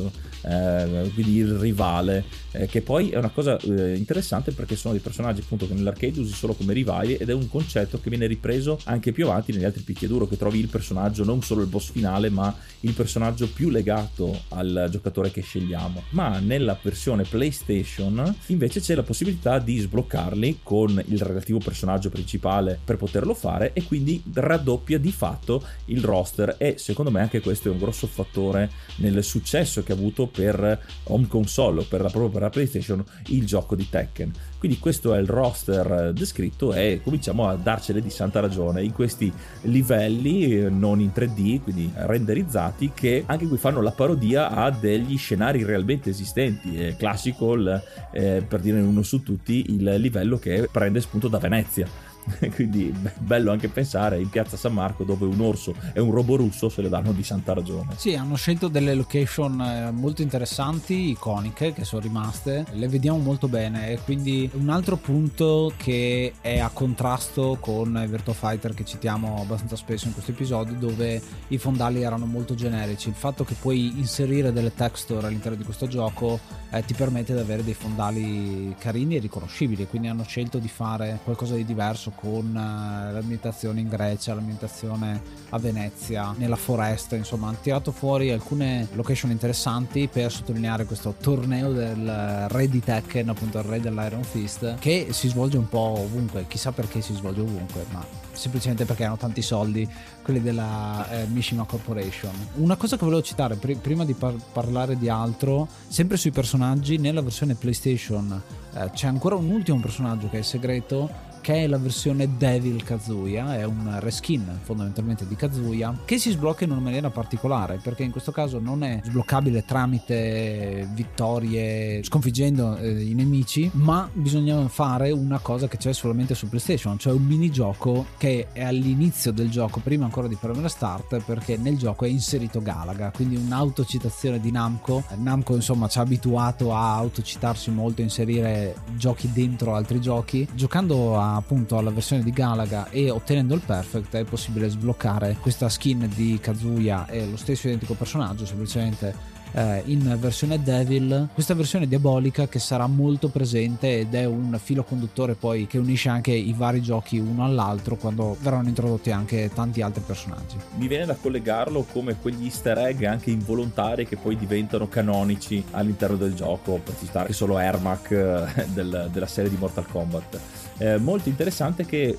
quindi il rivale, che poi è una cosa interessante, perché sono dei personaggi appunto che nell'arcade usi solo come rivali, ed è un concetto che viene ripreso anche più avanti negli altri picchiaduro, che trovi il personaggio non solo il boss finale, ma il personaggio più legato al giocatore che scegliamo. Ma nella versione PlayStation invece c'è la possibilità di sbloccarli con il relativo personaggio principale per poterlo fare, e quindi raddoppia di fatto il roster, e secondo me anche questo è un grosso fattore nel successo che ha avuto per home console, proprio per la PlayStation, il gioco di Tekken. Quindi questo è il roster descritto, e cominciamo a darcene di santa ragione in questi livelli non in 3D, quindi renderizzati, che anche qui fanno la parodia a degli scenari realmente esistenti. È classico, per dire uno su tutti, il livello che prende spunto da Venezia. Quindi bello anche pensare in piazza San Marco, dove un orso e un robo russo se le danno di santa ragione. Sì, hanno scelto delle location molto interessanti, iconiche, che sono rimaste, le vediamo molto bene, e quindi un altro punto che è a contrasto con Virtua Fighter, che citiamo abbastanza spesso in questo episodio, dove i fondali erano molto generici. Il fatto che puoi inserire delle texture all'interno di questo gioco ti permette di avere dei fondali carini e riconoscibili, quindi hanno scelto di fare qualcosa di diverso, con l'ambientazione in Grecia, l'ambientazione a Venezia, nella foresta. Insomma, hanno tirato fuori alcune location interessanti per sottolineare questo torneo del re di Tekken, appunto il re dell'Iron Fist, che si svolge un po' ovunque. Chissà perché si svolge ovunque, ma semplicemente perché hanno tanti soldi quelli della Mishima Corporation. Una cosa che volevo citare prima di parlare di altro, sempre sui personaggi, nella versione PlayStation c'è ancora un ultimo personaggio che è segreto, che è la versione Devil Kazuya. È un reskin fondamentalmente di Kazuya, che si sblocca in una maniera particolare, perché in questo caso non è sbloccabile tramite vittorie sconfiggendo i nemici, ma bisogna fare una cosa che c'è solamente su PlayStation, cioè un minigioco che è all'inizio del gioco, prima ancora di premere start, perché nel gioco è inserito Galaga, quindi un'autocitazione di Namco. Namco insomma ci ha abituato a autocitarsi molto, a inserire giochi dentro altri giochi. Giocando appunto alla versione di Galaga e ottenendo il perfect è possibile sbloccare questa skin di Kazuya e lo stesso identico personaggio, semplicemente in versione Devil, questa versione diabolica che sarà molto presente, ed è un filo conduttore poi che unisce anche i vari giochi uno all'altro, quando verranno introdotti anche tanti altri personaggi. Mi viene da collegarlo come quegli easter egg anche involontari che poi diventano canonici all'interno del gioco, per citare solo Ermac della serie di Mortal Kombat. Molto interessante che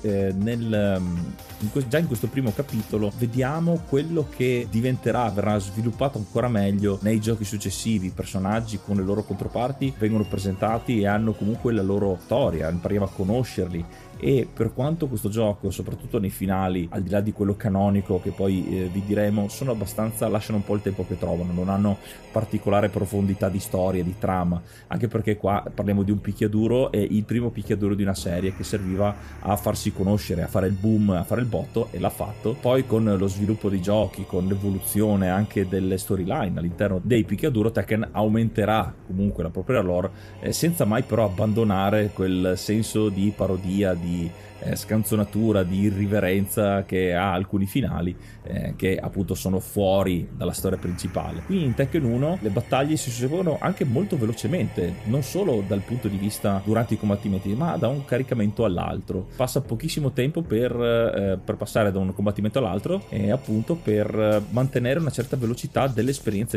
già in questo primo capitolo vediamo quello che verrà sviluppato ancora meglio nei giochi successivi. I personaggi con le loro controparti vengono presentati e hanno comunque la loro storia, impariamo a conoscerli. E per quanto questo gioco, soprattutto nei finali, al di là di quello canonico che poi vi diremo, lasciano un po' il tempo che trovano, non hanno particolare profondità di storia, di trama, anche perché qua parliamo di un picchiaduro, e il primo picchiaduro di una serie che serviva a farsi conoscere, a fare il boom, a fare il botto, e l'ha fatto. Poi con lo sviluppo dei giochi, con l'evoluzione anche delle storyline all'interno dei picchiaduro, Tekken aumenterà comunque la propria lore, senza mai però abbandonare quel senso di parodia, di scanzonatura, di irriverenza che ha alcuni finali che appunto sono fuori dalla storia principale. Qui in Tekken 1 le battaglie si susseguono anche molto velocemente, non solo dal punto di vista durante i combattimenti, ma da un caricamento all'altro. Passa pochissimo tempo per passare da un combattimento all'altro, e appunto per mantenere una certa velocità dell'esperienza di gioco.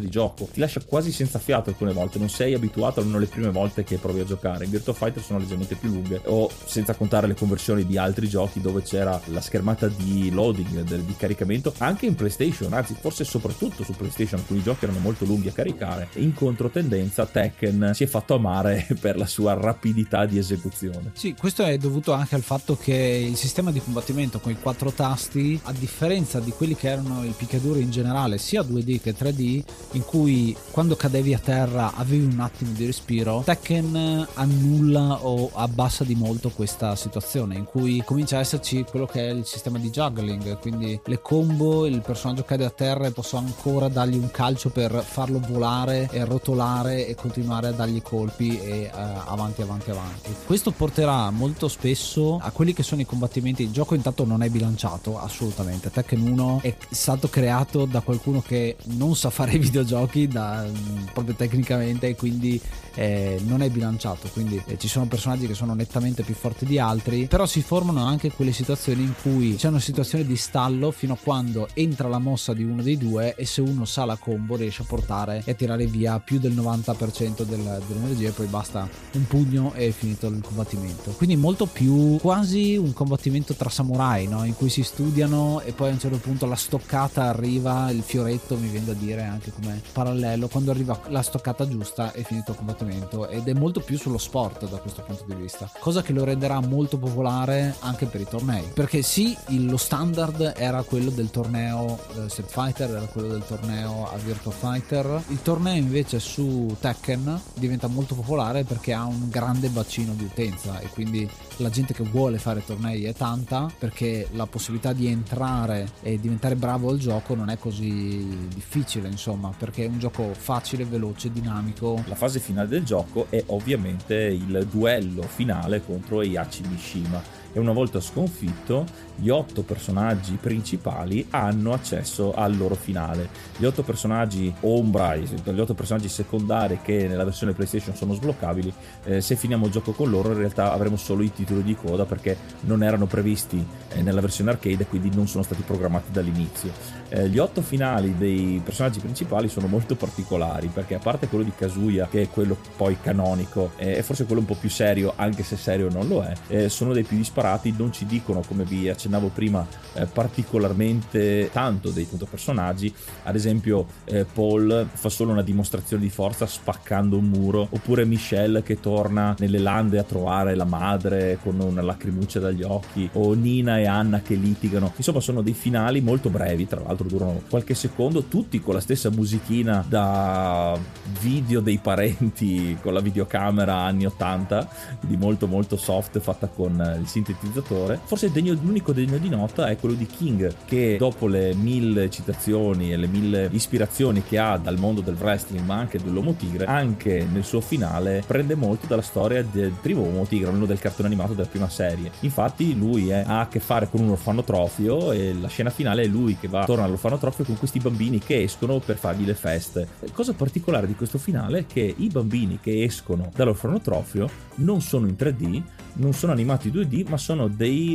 ti lascia quasi senza fiato alcune volte, non sei abituato almeno le prime volte che provi a giocare. In Virtua Fighter sono leggermente più lunghe, o senza contare le conversioni di altri giochi dove c'era la schermata di loading, di caricamento, anche in PlayStation, anzi forse soprattutto su PlayStation alcuni giochi erano molto lunghi a caricare. In controtendenza Tekken si è fatto amare per la sua rapidità di esecuzione. Sì, questo è dovuto anche al fatto che il sistema di combattimento con i 4 tasti, a differenza di quelli che erano il picchiaduro in generale sia 2D che 3D, in cui quando cadevi a terra avevi un attimo di respiro, Tekken annulla o abbassa di molto questa situazione, in cui comincia a esserci quello che è il sistema di juggling, quindi le combo, il personaggio cade a terra e posso ancora dargli un calcio per farlo volare e rotolare e continuare a dargli colpi e avanti. Questo porterà molto spesso a quelli che sono i combattimenti. Il gioco intanto non è bilanciato assolutamente. Tekken 1 è stato creato da qualcuno che non sa fare i videogiochi proprio tecnicamente, e quindi non è bilanciato, quindi ci sono personaggi che sono nettamente più forti di altri, però si formano anche quelle situazioni in cui c'è una situazione di stallo fino a quando entra la mossa di uno dei due, e se uno sa la combo riesce a portare e a tirare via più del 90% dell'energia, e poi basta un pugno e è finito il combattimento. Quindi molto più quasi un combattimento tra samurai, no? In cui si studiano e poi a un certo punto la stoccata arriva, il fioretto mi viene da dire anche come parallelo, quando arriva la stoccata giusta è finito il combattimento, ed è molto più sullo sport da questo punto di vista, cosa che lo renderà molto popolare anche per i tornei, perché sì, lo standard era quello del torneo Street Fighter, era quello del torneo a Virtua Fighter. Il torneo invece su Tekken diventa molto popolare perché ha un grande bacino di utenza, e quindi la gente che vuole fare tornei è tanta, perché la possibilità di entrare e diventare bravo al gioco non è così difficile, insomma, perché è un gioco facile, veloce, dinamico. La fase finale del gioco è ovviamente il duello finale contro Heihachi Mishima, e una volta sconfitto gli 8 personaggi principali hanno accesso al loro finale. Gli 8 personaggi ombra, gli 8 personaggi secondari che nella versione PlayStation sono sbloccabili, se finiamo il gioco con loro in realtà avremo solo i titoli di coda, perché non erano previsti nella versione arcade e quindi non sono stati programmati dall'inizio. Gli 8 finali dei personaggi principali sono molto particolari, perché a parte quello di Kazuya, che è quello poi canonico, è forse quello un po' più serio, anche se serio non lo è, sono dei più disparati, non ci dicono, come vi accennavo prima, particolarmente tanto dei personaggi. Ad esempio Paul fa solo una dimostrazione di forza spaccando un muro, oppure Michelle che torna nelle lande a trovare la madre con una lacrimuccia dagli occhi, o Nina e Anna che litigano. Insomma, sono dei finali molto brevi, tra l'altro durano qualche secondo, tutti con la stessa musichina da video dei parenti con la videocamera anni 80, quindi molto molto soft, fatta con il sintetizzatore. Forse l'unico degno di nota è quello di King, che dopo le 1000 citazioni e le 1000 ispirazioni che ha dal mondo del wrestling ma anche dell'Uomo Tigre, anche nel suo finale prende molto dalla storia del primo Uomo Tigre, uno del cartone animato della prima serie. Infatti lui ha a che fare con un orfanotrofio, e la scena finale è lui che va torna all'orfanotrofio con questi bambini che escono per fargli le feste. Cosa particolare di questo finale è che i bambini che escono dall'orfanotrofio non sono in 3D, non sono animati 2D, ma sono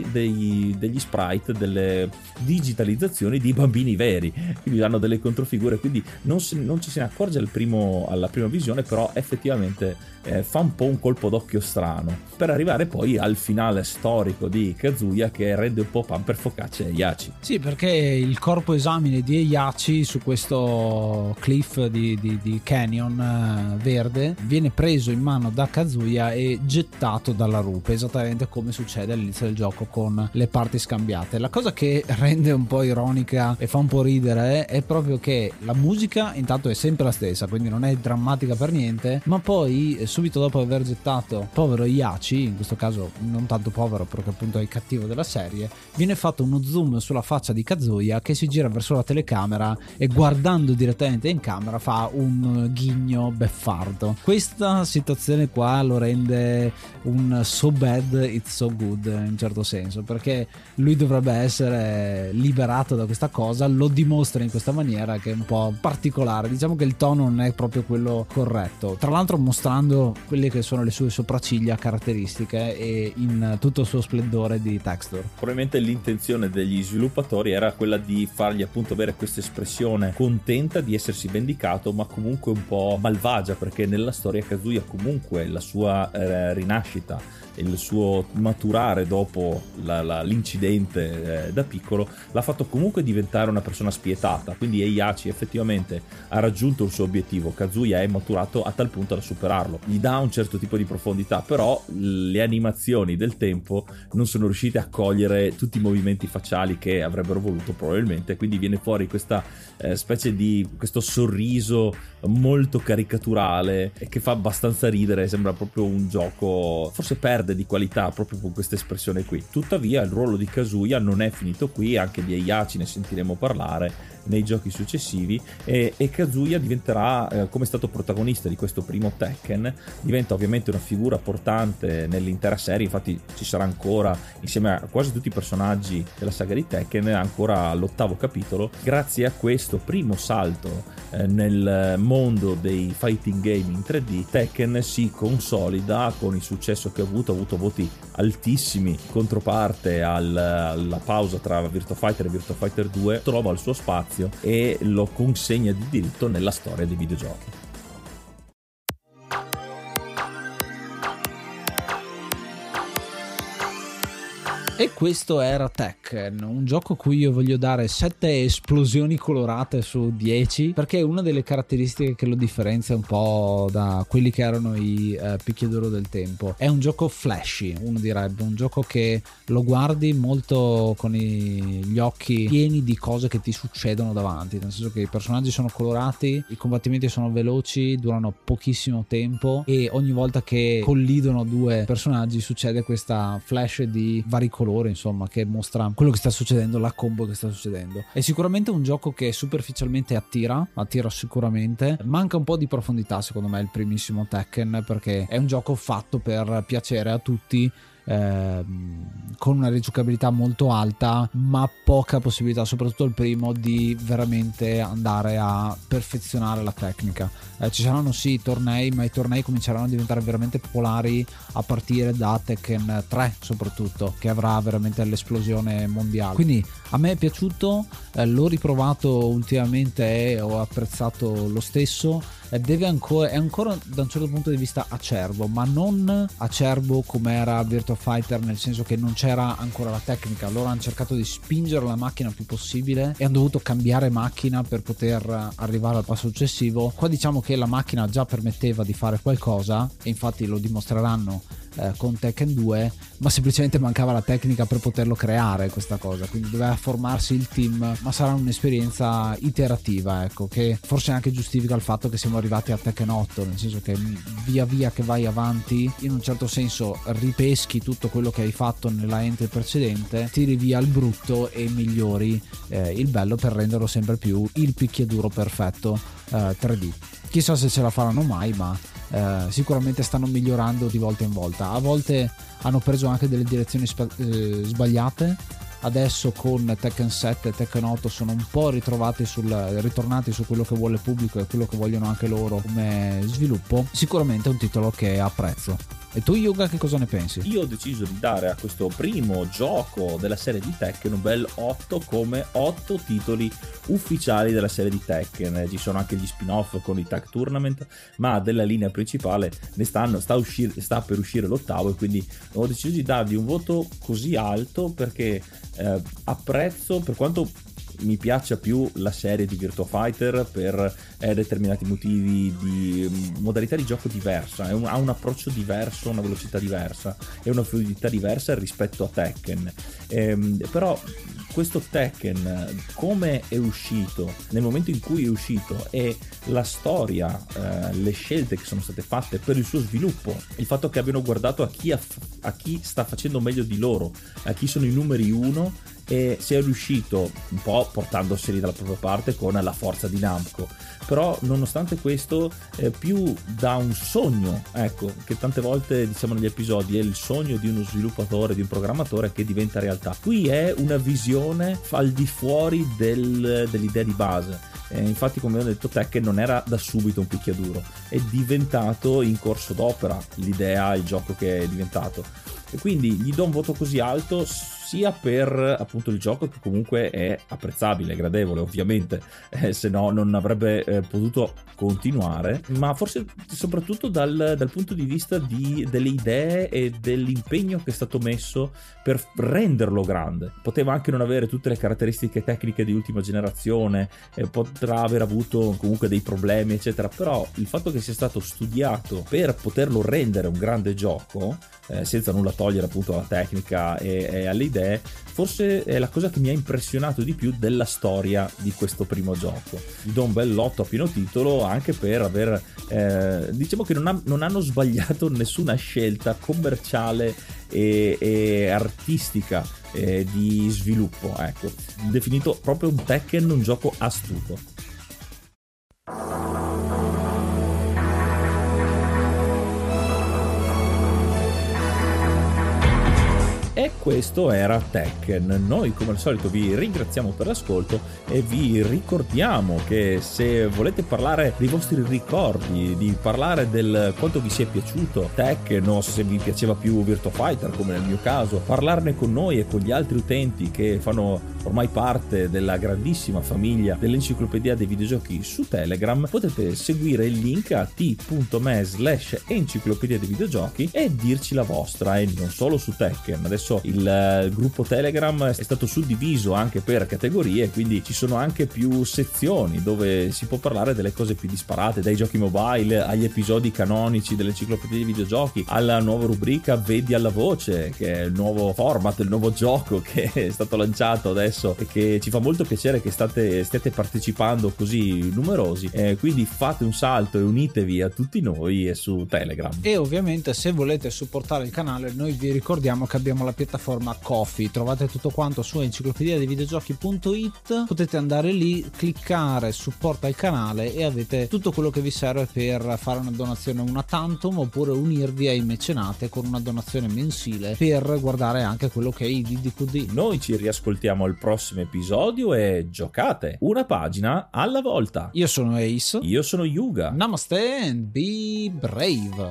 degli sprite, delle digitalizzazioni di bambini veri, quindi hanno delle controfigure, quindi non ci se ne accorge alla prima visione, però effettivamente fa un po' un colpo d'occhio strano, per arrivare poi al finale storico di Kazuya che rende un po' pan per focaccia Heihachi. Sì, perché il corpo esamine di Heihachi su questo cliff di canyon verde viene preso in mano da Kazuya e gettato dalla rupe, esattamente come succede all'inizio del gioco con le parti scambiate. La cosa che rende un po' ironica e fa un po' ridere è proprio che la musica intanto è sempre la stessa, quindi non è drammatica per niente, ma poi subito dopo aver gettato povero Heihachi, in questo caso non tanto povero perché appunto è il cattivo della serie, viene fatto uno zoom sulla faccia di Kazuya che si gira verso la telecamera e guardando direttamente in camera fa un ghigno beffardo. Questa situazione qua lo rende un bad it's so good in un certo senso, perché lui dovrebbe essere liberato da questa cosa, lo dimostra in questa maniera che è un po' particolare. Diciamo che il tono non è proprio quello corretto, tra l'altro mostrando quelle che sono le sue sopracciglia caratteristiche e in tutto il suo splendore di texture. Probabilmente l'intenzione degli sviluppatori era quella di fargli appunto avere questa espressione contenta di essersi vendicato, ma comunque un po' malvagia, perché nella storia Kazuya comunque la sua rinascita, il suo maturare dopo l'incidente da piccolo l'ha fatto comunque diventare una persona spietata. Quindi Heihachi effettivamente ha raggiunto il suo obiettivo, Kazuya è maturato a tal punto da superarlo, gli dà un certo tipo di profondità, però le animazioni del tempo non sono riuscite a cogliere tutti i movimenti facciali che avrebbero voluto probabilmente, quindi viene fuori questa specie di questo sorriso molto caricaturale e che fa abbastanza ridere, sembra proprio un gioco, forse perde di qualità proprio con questa espressione qui. Tuttavia il ruolo di Kazuya non è finito qui, anche di Heihachi ne sentiremo parlare nei giochi successivi, e Kazuya diventerà, come è stato protagonista di questo primo Tekken, diventa ovviamente una figura portante nell'intera serie. Infatti ci sarà ancora, insieme a quasi tutti i personaggi della saga di Tekken, ancora all'8º capitolo. Grazie a questo primo salto nel mondo dei fighting game in 3D, Tekken si consolida con il successo che ha avuto voti altissimi, controparte alla pausa tra Virtua Fighter e Virtua Fighter 2, trova il suo spazio e lo consegna di diritto nella storia dei videogiochi. E questo era Tekken, un gioco a cui io voglio dare 7 esplosioni colorate su 10, perché è una delle caratteristiche che lo differenzia un po' da quelli che erano i picchiaduro del tempo. È un gioco flashy, uno direbbe, un gioco che lo guardi molto con gli occhi pieni di cose che ti succedono davanti, nel senso che i personaggi sono colorati, i combattimenti sono veloci, durano pochissimo tempo e ogni volta che collidono due personaggi succede questa flash di vari colori, insomma, che mostra quello che sta succedendo, la combo che sta succedendo. È sicuramente un gioco che superficialmente attira sicuramente. Manca un po' di profondità secondo me il primissimo Tekken, perché è un gioco fatto per piacere a tutti, con una rigiocabilità molto alta ma poca possibilità, soprattutto il primo, di veramente andare a perfezionare la tecnica. Ci saranno sì i tornei, ma i tornei cominceranno a diventare veramente popolari a partire da Tekken 3 soprattutto, che avrà veramente l'esplosione mondiale. Quindi a me è piaciuto, l'ho riprovato ultimamente e ho apprezzato lo stesso. È ancora da un certo punto di vista acerbo, ma non acerbo come era Virtua Fighter, nel senso che non c'era ancora la tecnica. Loro hanno cercato di spingere la macchina il più possibile e hanno dovuto cambiare macchina per poter arrivare al passo successivo. Qua diciamo che la macchina già permetteva di fare qualcosa, e infatti lo dimostreranno con Tekken 2, ma semplicemente mancava la tecnica per poterlo creare questa cosa, quindi doveva formarsi il team. Ma sarà un'esperienza iterativa, ecco, che forse anche giustifica il fatto che siamo arrivati a Tekken 8, nel senso che via via che vai avanti, in un certo senso ripeschi tutto quello che hai fatto nella entry precedente, tiri via il brutto e migliori il bello per renderlo sempre più il picchiaduro perfetto 3D. Chissà se ce la faranno mai, ma sicuramente stanno migliorando di volta in volta. A volte hanno preso anche delle direzioni sbagliate. Adesso con Tekken 7 e Tekken 8 sono un po' ritornati su quello che vuole il pubblico e quello che vogliono anche loro come sviluppo. Sicuramente è un titolo che apprezzo. E tu, Yuga, che cosa ne pensi? Io ho deciso di dare a questo primo gioco della serie di Tekken un bel 8, come 8 titoli ufficiali della serie di Tekken. Ci sono anche gli spin-off con i Tag Tournament, ma della linea principale ne sta per uscire l'8º, e quindi ho deciso di dargli un voto così alto perché apprezzo, per quanto mi piaccia più la serie di Virtua Fighter per determinati motivi di modalità di gioco diversa, ha un approccio diverso, una velocità diversa e una fluidità diversa rispetto a Tekken, però questo Tekken, come è uscito, nel momento in cui è uscito, e la storia, le scelte che sono state fatte per il suo sviluppo, il fatto che abbiano guardato a chi sta facendo meglio di loro, a chi sono i numeri uno, e si è riuscito un po' portandoseli dalla propria parte con la forza di Namco. Però nonostante questo, più da un sogno, ecco, che tante volte diciamo negli episodi è il sogno di uno sviluppatore, di un programmatore, che diventa realtà. Qui è una visione al di fuori dell'idea di base. Infatti, come ho detto, Tekken non era da subito un picchiaduro, è diventato in corso d'opera l'idea, il gioco che è diventato, e quindi gli do un voto così alto sia per appunto il gioco, che comunque è apprezzabile, gradevole ovviamente, se no non avrebbe potuto continuare, ma forse soprattutto dal punto di vista delle idee e dell'impegno che è stato messo per renderlo grande. Poteva anche non avere tutte le caratteristiche tecniche di ultima generazione, potrà aver avuto comunque dei problemi eccetera, però il fatto che sia stato studiato per poterlo rendere un grande gioco, senza nulla togliere appunto alla tecnica e alle idee, forse è la cosa che mi ha impressionato di più della storia di questo primo gioco. Gli do un bel 8 a pieno titolo, anche per aver diciamo che non hanno sbagliato nessuna scelta commerciale e artistica di sviluppo, ecco. Definito proprio un Tekken, un gioco astuto. E questo era Tekken. Noi come al solito vi ringraziamo per l'ascolto e vi ricordiamo che se volete parlare dei vostri ricordi, di parlare del quanto vi sia piaciuto Tekken, o se vi piaceva più Virtua Fighter come nel mio caso, parlarne con noi e con gli altri utenti che fanno ormai parte della grandissima famiglia dell'enciclopedia dei videogiochi su Telegram, potete seguire il link a t.me/enciclopedia dei videogiochi e dirci la vostra, e non solo su Tekken. Adesso il gruppo Telegram è stato suddiviso anche per categorie, quindi ci sono anche più sezioni dove si può parlare delle cose più disparate, dai giochi mobile agli episodi canonici dell'enciclopedia dei videogiochi, alla nuova rubrica Vedi alla voce, che è il nuovo format, il nuovo gioco che è stato lanciato adesso e che ci fa molto piacere che stiate partecipando così numerosi, quindi fate un salto e unitevi a tutti noi su Telegram. E ovviamente, se volete supportare il canale, noi vi ricordiamo che abbiamo la piattaforma Ko-fi. Trovate tutto quanto su enciclopedia dei videogiochi.it, potete andare lì, cliccare supporta il canale e avete tutto quello che vi serve per fare una donazione una tantum, oppure unirvi ai mecenate con una donazione mensile per guardare anche quello che è i DDQD. Noi ci riascoltiamo al prossimo episodio e giocate una pagina alla volta. Io sono Ace. Io sono Yuga. Namaste and be brave.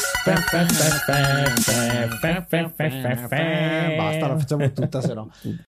Basta, la facciamo tutta, se no.